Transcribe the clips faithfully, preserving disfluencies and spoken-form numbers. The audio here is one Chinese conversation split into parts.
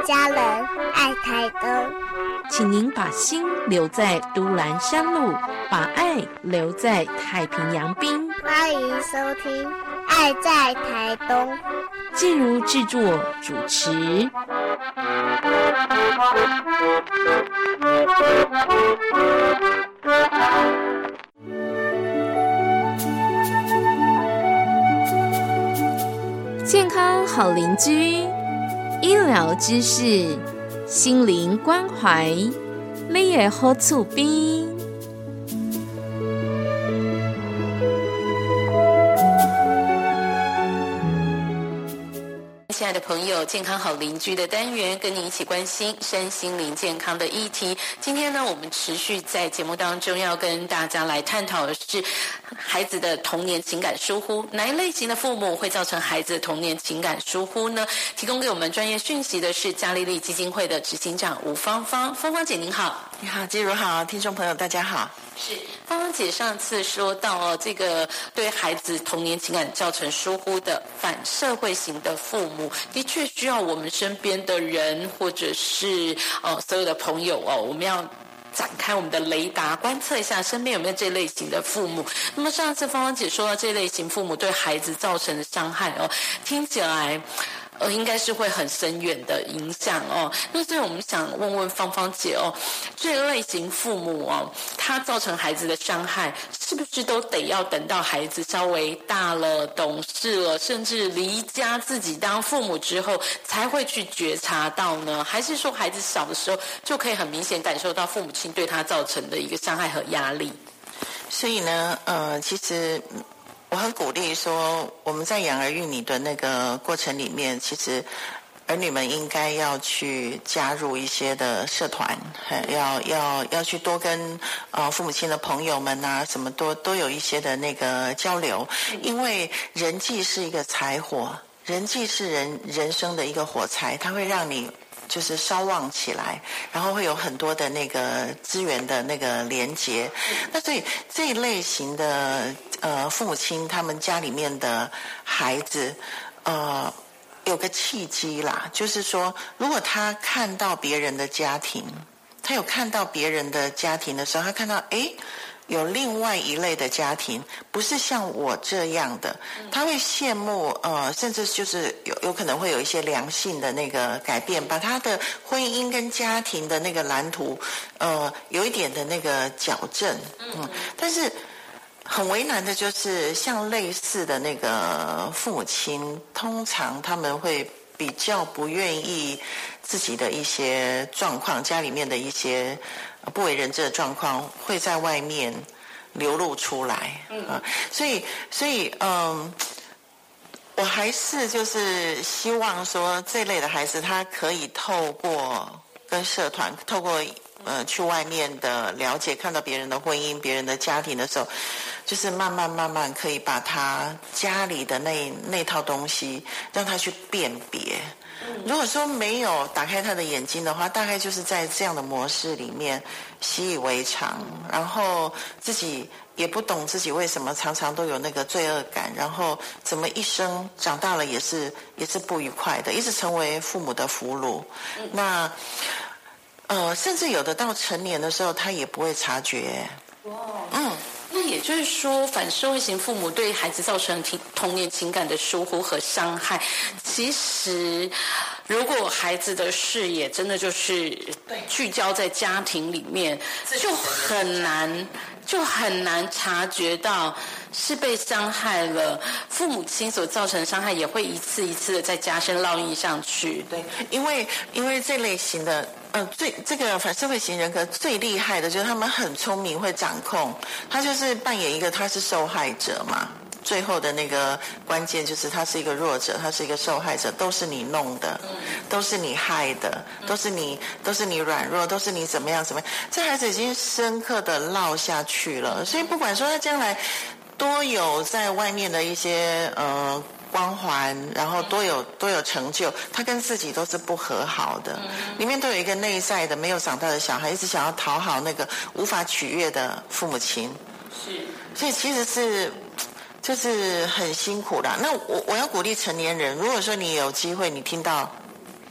家人，爱台东。 请您把心留在都兰山路，把爱留在太平洋滨。 欢迎收听《爱在台东》， 静茹制作主持。健康好邻居，医疗知识，心灵关怀，你的好厝边。亲爱的朋友，健康好邻居的单元跟你一起关心身心灵健康的议题。今天呢，我们持续在节目当中要跟大家来探讨的是孩子的童年情感疏忽，哪一类型的父母会造成孩子的童年情感疏忽呢？提供给我们专业讯息的是嘉利利基金会的执行长吴芳芳。芳芳姐您好。 你好，季如好，听众朋友大家好。 是芳芳姐上次说到哦，这个对孩子童年情感造成疏忽的反社会型的父母，的确需要我们身边的人或者是呃所有的朋友哦，我们要展开我们的雷达，观测一下身边有没有这类型的父母。那么上次芳芳姐说到这类型父母对孩子造成的伤害哦，听起来呃，应该是会很深远的影响哦。那所以我们想问问芳芳姐哦，这类型父母哦，他造成孩子的伤害，是不是都得要等到孩子稍微大了、懂事了，甚至离家自己当父母之后，才会去觉察到呢？还是说孩子小的时候就可以很明显感受到父母亲对他造成的一个伤害和压力？ 所以呢，呃，其实我很鼓励说，我们在养儿育女的那个过程里面，其实儿女们应该要去加入一些的社团，要要要去多跟呃父母亲的朋友们啊，什么都都有一些的那个交流，因为人际是一个柴火，人际是人人生的一个火柴，它会让你就是烧旺起来，然后会有很多的那个资源的那个连结。那所以这一类型的呃父母亲他们家里面的孩子呃有个契机啦，就是说如果他看到别人的家庭，他有看到别人的家庭的时候，他看到诶有另外一类的家庭，不是像我这样的，他会羡慕，呃，甚至就是有有可能会有一些良性的那个改变，把他的婚姻跟家庭的那个蓝图，呃，有一点的那个矫正，嗯，但是很为难的就是，像类似的那个父母亲，通常他们会比较不愿意自己的一些状况，家里面的一些不为人知的状况会在外面流露出来，嗯、呃，所以所以嗯，我还是就是希望说这类的孩子他可以透过跟社团，透过呃去外面的了解，看到别人的婚姻、别人的家庭的时候，就是慢慢慢慢可以把他家里的那那套东西让他去辨别。如果说没有打开他的眼睛的话，大概就是在这样的模式里面习以为常，然后自己也不懂自己为什么常常都有那个罪恶感，然后怎么一生长大了也是也是不愉快的，一直成为父母的俘虏。嗯、那呃，甚至有的到成年的时候，他也不会察觉。 哇，嗯。那也就是说，反社会型父母对孩子造成童年情感的疏忽和伤害，其实如果孩子的视野真的就是聚焦在家庭里面，就很难就很难察觉到是被伤害了，父母亲所造成的伤害也会一次一次的再加深烙印上去。 对，因为因为这类型的呃，最这个反社会型人格最厉害的就是他们很聪明，会掌控，他就是扮演一个他是受害者嘛。最后的那个关键就是他是一个弱者，他是一个受害者，都是你弄的，都是你害的，都是你都是你软弱，都是你怎么样怎么样。这孩子已经深刻的烙下去了，所以不管说他将来多有在外面的一些呃光环，然后多有多有成就，他跟自己都是不和好的，里面都有一个内在的没有长大的小孩，一直想要讨好那个无法取悦的父母亲，是，所以其实是就是很辛苦啦。那我我要鼓励成年人，如果说你有机会，你听到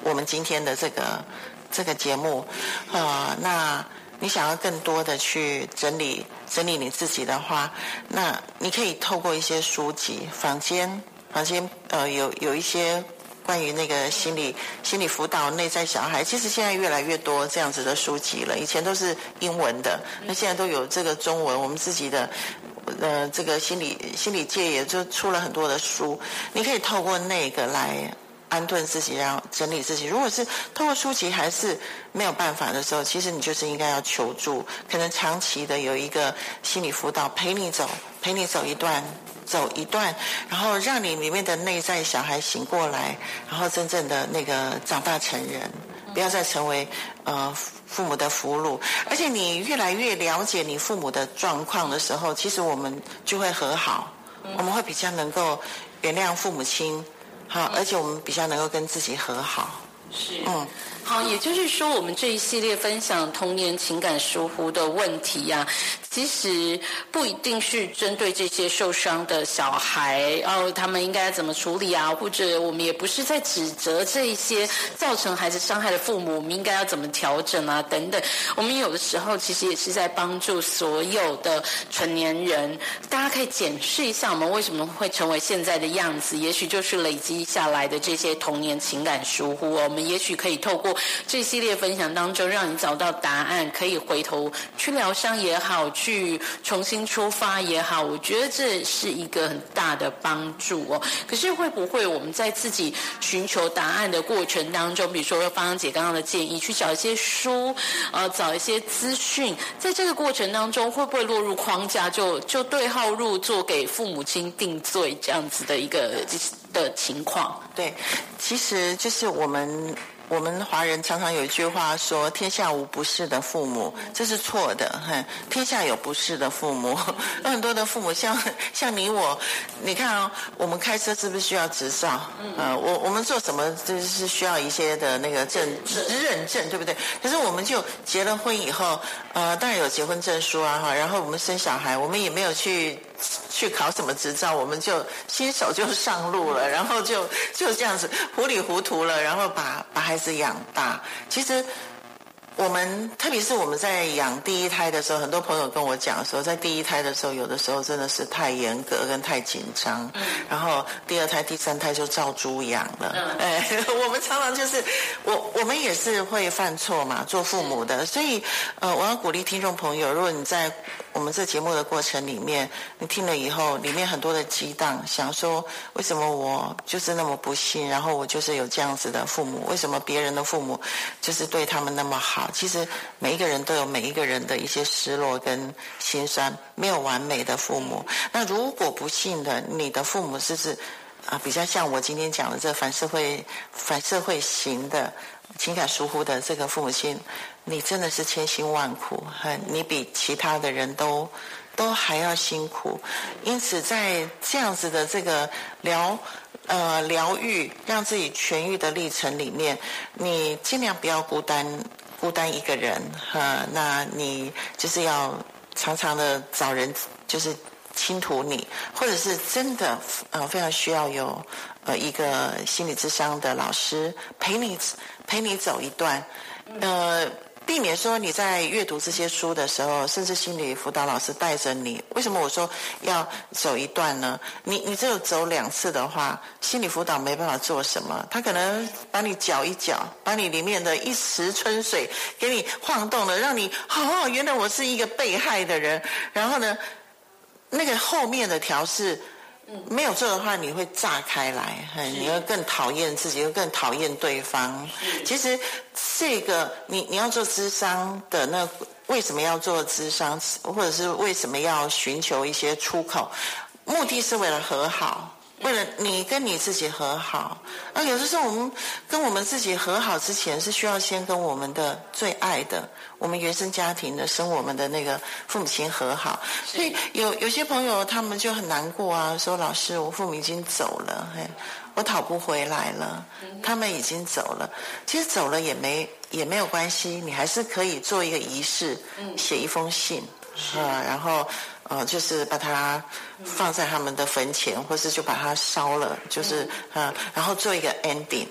我们今天的这个这个节目，呃，那你想要更多的去整理整理你自己的话，那你可以透过一些书籍，坊间坊间呃有有一些关于那个心理心理辅导、内在小孩，其实现在越来越多这样子的书籍了。以前都是英文的，那现在都有这个中文，我们自己的呃这个心理心理界也就出了很多的书，你可以透过那个来安顿自己，然后整理自己。如果是透过书籍还是没有办法的时候，其实你就是应该要求助，可能长期的有一个心理辅导陪你走，陪你走一段走一段，然后让你里面的内在小孩醒过来，然后真正的那个长大成人，不要再成为呃父母的俘虏。而且你越来越了解你父母的状况的时候，其实我们就会和好，我们会比较能够原谅父母亲，好，而且我们比较能够跟自己和好。 是，嗯，好，也就是说，我们这一系列分享童年情感疏忽的问题呀、啊，其实不一定是针对这些受伤的小孩，哦，他们应该怎么处理啊？或者我们也不是在指责这一些造成孩子伤害的父母，我们应该要怎么调整啊？等等，我们有的时候其实也是在帮助所有的成年人，大家可以检视一下我们为什么会成为现在的样子，也许就是累积下来的这些童年情感疏忽哦。我们也许可以透过这系列分享当中，让你找到答案，可以回头去疗伤也好，去重新出发也好，我觉得这是一个很大的帮助哦。可是会不会我们在自己寻求答案的过程当中，比如说芳芳姐刚刚的建议，去找一些书，呃，找一些资讯，在这个过程当中，会不会落入框架，就就对号入座，给父母亲定罪这样子的一个的情况？ 对，其实就是我们。我们华人常常有一句话说天下无不是的父母，这是错的。天下有不是的父母，有很多的父母像像你我，你看啊、哦，我们开车是不是需要执照？呃，我我们做什么就是需要一些的那个证认证，对不对？可是我们就结了婚以后，呃，当然有结婚证书啊，哈，然后我们生小孩，我们也没有去去考什么执照，我们就新手就上路了，然后就就这样子糊里糊涂了，然后把把孩子养大。其实我们特别是我们在养第一胎的时候，很多朋友跟我讲说，在第一胎的时候，有的时候真的是太严格跟太紧张，嗯、然后第二胎、第三胎就照猪养了。嗯、哎，我们常常就是我我们也是会犯错嘛，做父母的，所以呃，我要鼓励听众朋友，如果你在我们这节目的过程里面，你听了以后，里面很多的激荡，想说为什么我就是那么不幸，然后我就是有这样子的父母，为什么别人的父母就是对他们那么好？其实每一个人都有每一个人的一些失落跟心酸，没有完美的父母。那如果不幸的，你的父母是是啊，比较像我今天讲的这反社会反社会型的情感疏忽的这个父母亲，你真的是千辛万苦，你比其他的人都都还要辛苦。因此在这样子的这个疗呃疗愈让自己痊愈的历程里面，你尽量不要孤单孤单一个人，呃，那你就是要常常的找人就是倾吐你，或者是真的呃非常需要有呃一个心理咨商的老师陪你陪你走一段，呃。避免说你在阅读这些书的时候，甚至心理辅导老师带着你，为什么我说要走一段呢？你你只有走两次的话，心理辅导没办法做什么，他可能把你搅一搅，把你里面的一池春水给你晃动了，让你哦，原来我是一个被害的人，然后呢，那个后面的调试。没有做的话，你会炸开来，你会更讨厌自己，会更讨厌对方。其实这个你你要做諮商的，那为什么要做諮商，或者是为什么要寻求一些出口？目的是为了和好。为了你跟你自己和好，啊，有的时候我们跟我们自己和好之前，是需要先跟我们的最爱的、我们原生家庭的、生我们的那个父母亲和好。所以有有些朋友他们就很难过啊，说老师，我父母已经走了，嘿，我讨不回来了，他们已经走了。其实走了也没也没有关系，你还是可以做一个仪式，写一封信，啊，然后。呃，就是把它放在他们的坟前，或是就把它烧了，就是呃，然后做一个 ending，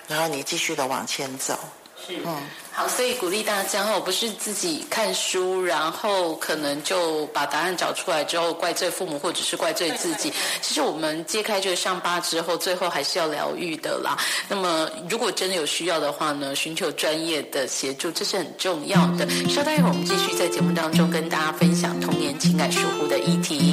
然后你继续的往前走。 是，嗯，好，所以鼓励大家哦，不是自己看书，然后可能就把答案找出来之后怪罪父母，或者是怪罪自己。其实我们揭开这个伤疤之后，最后还是要疗愈的啦。那么，如果真的有需要的话呢，寻求专业的协助，这是很重要的。稍待一会儿，我们继续在节目当中跟大家分享童年情感疏忽的议题。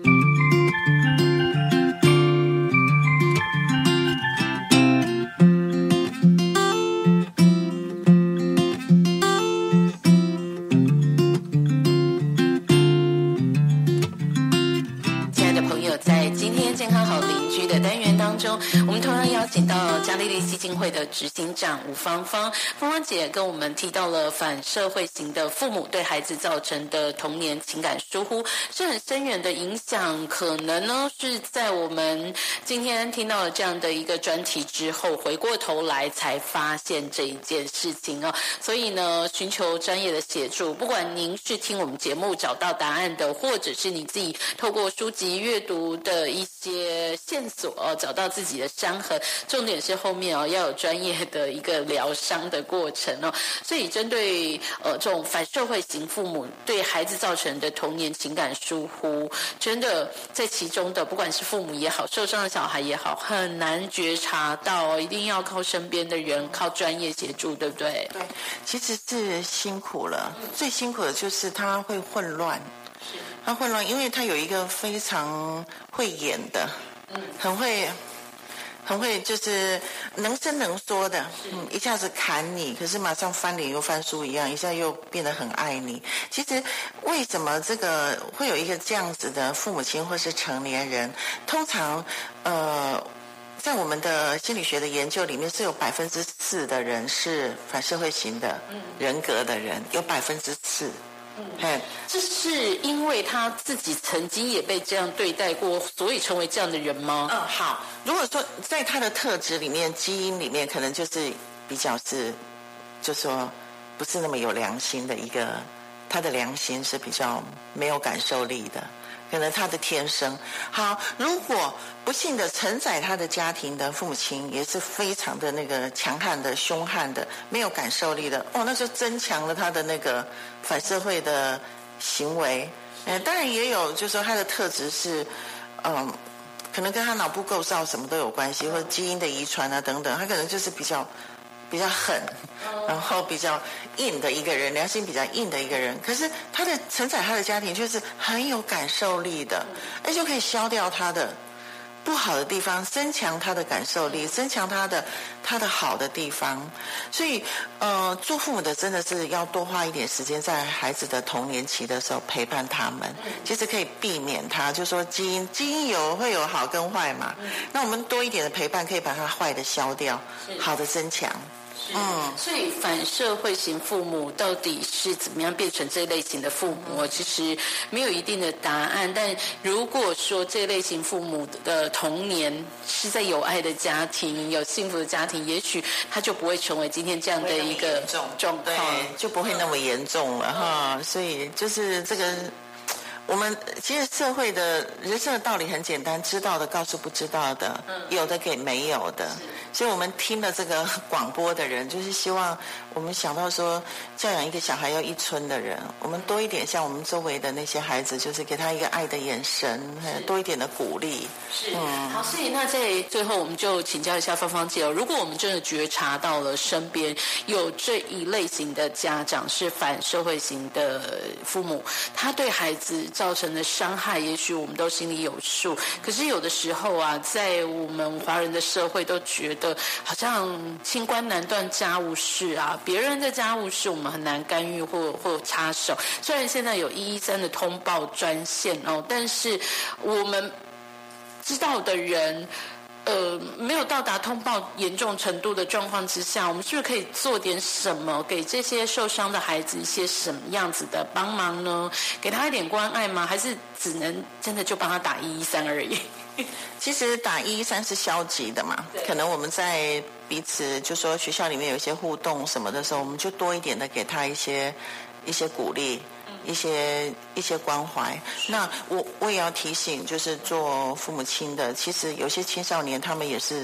我们同样邀请到嘉利利基金会的执行长吴芳芳，芳芳姐跟我们提到了反社会型的父母对孩子造成的童年情感疏忽是很深远的影响，可能呢是在我们今天听到了这样的一个专题之后，回过头来才发现这一件事情哦。所以呢，寻求专业的协助，不管您是听我们节目找到答案的，或者是你自己透过书籍阅读的一些线索哦，找到自己的伤痕，重点是后面哦要有专业的一个疗伤的过程哦。所以针对呃这种反社会型父母对孩子造成的童年情感疏忽，真的在其中的不管是父母也好，受伤的小孩也好，很难觉察到哦，一定要靠身边的人，靠专业协助，对不对？ 对，其实是辛苦了，最辛苦的就是他会混乱，他混乱，因为他有一个非常会演的，很会。很会就是能伸能缩的，嗯，一下子砍你，可是马上翻脸又翻书一样，一下又变得很爱你。其实为什么这个会有一个这样子的父母亲或是成年人？通常，呃，在我们的心理学的研究里面，是有百分之四的人是反社会型的人格的人，有百分之四。 嗯，这是因为他自己曾经也被这样对待过，所以成为这样的人吗？ 嗯，好。如果说在他的特质里面、基因里面，可能就是比较是，就说不是那么有良心的一个，他的良心是比较没有感受力的。可能他的天生好，如果不幸的承载他的家庭的父母亲也是非常的那个强悍的、凶悍的、没有感受力的，哦，那就增强了他的那个反社会的行为。呃，当然也有，就是说他的特质是，嗯，可能跟他脑部构造什么都有关系，或者基因的遗传啊等等，他可能就是比较。比较狠，然后比较硬的一个人，良心比较硬的一个人。可是他的承载他的家庭就是很有感受力的，而就可以消掉他的不好的地方，增强他的感受力，增强他的他的好的地方。所以，呃，做父母的真的是要多花一点时间在孩子的童年期的时候陪伴他们，其实可以避免他，就说基因基因有会有好跟坏嘛，那我们多一点的陪伴可以把他坏的消掉，好的增强。 嗯，所以反社会型父母到底是怎么样变成这类型的父母？其实没有一定的答案。但如果说这类型父母的童年是在有爱的家庭、有幸福的家庭，也许他就不会成为今天这样的一个状况， 就不会那么严重了哈。所以就是这个。我们其实社会的人生的道理很简单，知道的告诉不知道的，有的给没有的。所以我们听了这个广播的人，就是希望我们想到说，教养一个小孩要一村的人，我们多一点像我们周围的那些孩子，就是给他一个爱的眼神，多一点的鼓励。 是，嗯、好，所以那在最后我们就请教一下芳芳姐哦，如果我们真的觉察到了身边有这一类型的家长是反社会型的父母，他对孩子造成的伤害，也许我们都心里有数。可是有的时候啊，在我们华人的社会都觉得，好像清官难断家务事啊，别人的家务事我们很难干预或或插手。虽然现在有一一三的通报专线哦，但是我们知道的人。呃，没有到达通报严重程度的状况之下，我们是不是可以做点什么，给这些受伤的孩子一些什么样子的帮忙呢？给他一点关爱吗？还是只能真的就帮他打一一三而已？ 其实打一一三是消极的嘛，可能我们在彼此就说学校里面有一些互动什么的时候，我们就多一点的给他一些一些鼓励。一些一些关怀，那我我也要提醒，就是做父母亲的，其实有些青少年他们也是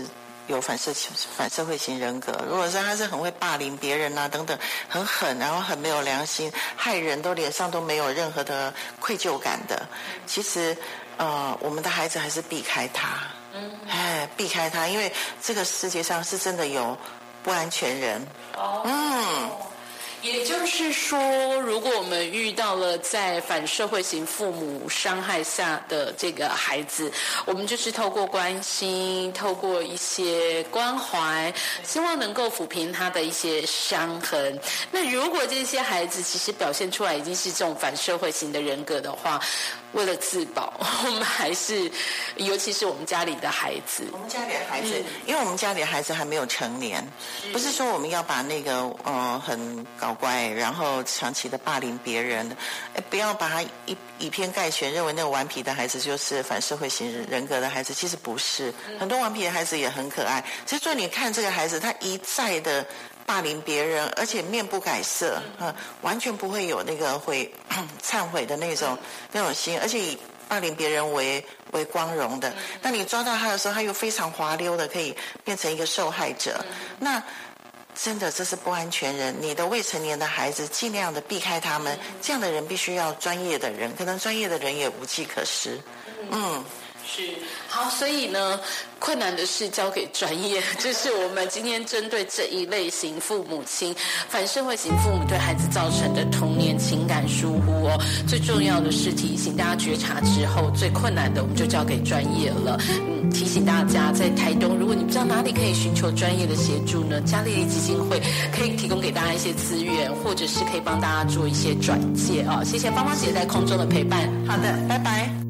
有反社反社会型人格。如果是他是很会霸凌别人啊等等，很狠，然后很没有良心，害人都脸上都没有任何的愧疚感的，其实呃我们的孩子还是避开他，嗯，哎，避开他，因为这个世界上是真的有不安全人。哦，嗯。 也就是说，如果我们遇到了在反社会型父母伤害下的这个孩子，我们就是透过关心，透过一些关怀，希望能够抚平他的一些伤痕。那如果这些孩子其实表现出来已经是这种反社会型的人格的话，为了自保，我们还是，尤其是我们家里的孩子， 我们家里的孩子，嗯、因为我们家里的孩子还没有成年，不是说我们要把那个呃很搞怪，然后长期的霸凌别人，哎，不要把他以以偏概全，认为那个顽皮的孩子就是反社会型人格的孩子，其实不是，很多顽皮的孩子也很可爱。所以说，你看这个孩子，他一再的霸凌别人，而且面不改色，啊，完全不会有那个会忏悔的那种那种心，而且以霸凌别人为为光荣的。那你抓到他的时候，他又非常滑溜的可以变成一个受害者，那真的这是不安全人。你的未成年的孩子尽量的避开他们，这样的人必须要专业的人，可能专业的人也无计可施。嗯。 是，好，所以呢，困难的事交给专业，这是我们今天针对这一类型父母亲、反社会型父母对孩子造成的童年情感疏忽哦。最重要的是提醒大家觉察之后，最困难的我们就交给专业了。嗯，提醒大家，在台东，如果你不知道哪里可以寻求专业的协助呢，嘉丽丽基金会可以提供给大家一些资源，或者是可以帮大家做一些转介啊。谢谢芳芳姐在空中的陪伴。 好的，拜拜。